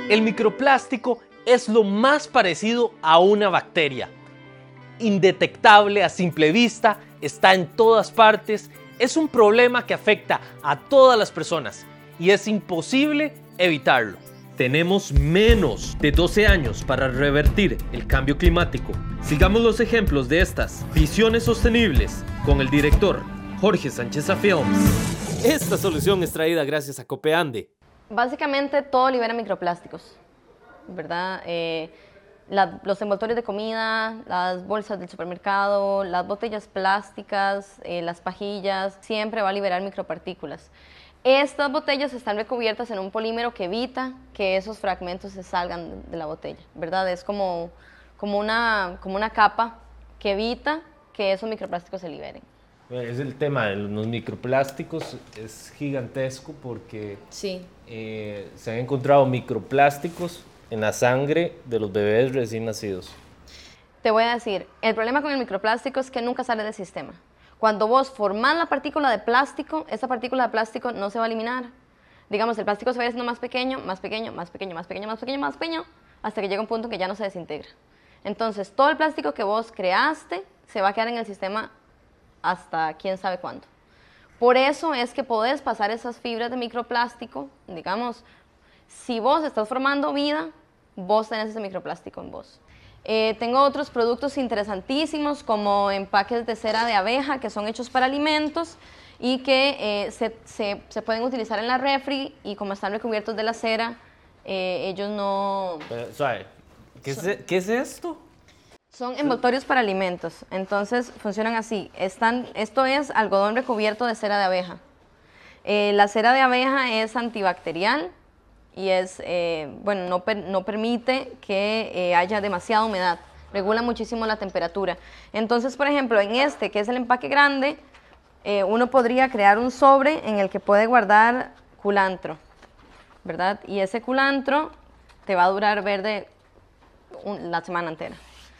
El microplástico es lo más parecido a una bacteria. Indetectable a simple vista, está en todas partes, es un problema que afecta a todas las personas y es imposible evitarlo. Tenemos menos de 12 años para revertir el cambio climático. Sigamos los ejemplos de estas visiones sostenibles con el director Jorge Sánchez Films. Esta solución es traída gracias a Copeande. Básicamente todo libera microplásticos, ¿verdad? Los envoltorios de comida, las bolsas del supermercado, las botellas plásticas, las pajillas, siempre va a liberar micropartículas. Estas botellas están recubiertas en un polímero que evita que esos fragmentos se salgan de la botella, ¿verdad? Es como una capa que evita que esos microplásticos se liberen. Es el tema de los microplásticos, es gigantesco porque sí. Se han encontrado microplásticos en la sangre de los bebés recién nacidos. Te voy a decir, el problema con el microplástico es que nunca sale del sistema. Cuando vos formás la partícula de plástico, esa partícula de plástico no se va a eliminar. Digamos, el plástico se va haciendo más pequeño, más pequeño, más pequeño, más pequeño, más pequeño, más pequeño, hasta que llega un punto que ya no se desintegra. Entonces, todo el plástico que vos creaste se va a quedar en el sistema hasta quién sabe cuándo. Por eso es que podés pasar esas fibras de microplástico, digamos, si vos estás formando vida, vos tenés ese microplástico en vos. Tengo otros productos interesantísimos como empaques de cera de abeja que son hechos para alimentos y que se pueden utilizar en la refri y como están recubiertos de la cera, ellos no... Pero, suave, ¿qué es esto? Son envoltorios para alimentos, entonces funcionan así. Esto es algodón recubierto de cera de abeja. La cera de abeja es antibacterial y no permite que haya demasiada humedad, regula muchísimo la temperatura. Entonces, por ejemplo, en este, que es el empaque grande, uno podría crear un sobre en el que puede guardar culantro, ¿verdad? Y ese culantro te va a durar verde la semana entera.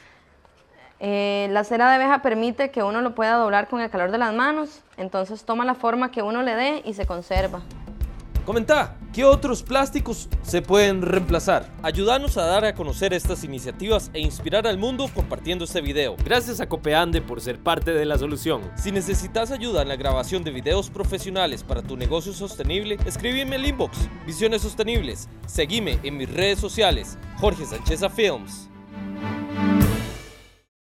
La cera de abeja permite que uno lo pueda doblar con el calor de las manos, entonces toma la forma que uno le dé y se conserva. Comenta, ¿qué otros plásticos se pueden reemplazar? Ayúdanos a dar a conocer estas iniciativas e inspirar al mundo compartiendo este video. Gracias a Copeande por ser parte de la solución. Si necesitas ayuda en la grabación de videos profesionales para tu negocio sostenible, escríbeme al inbox Visiones Sostenibles. Seguime en mis redes sociales, Jorge Sánchez Films.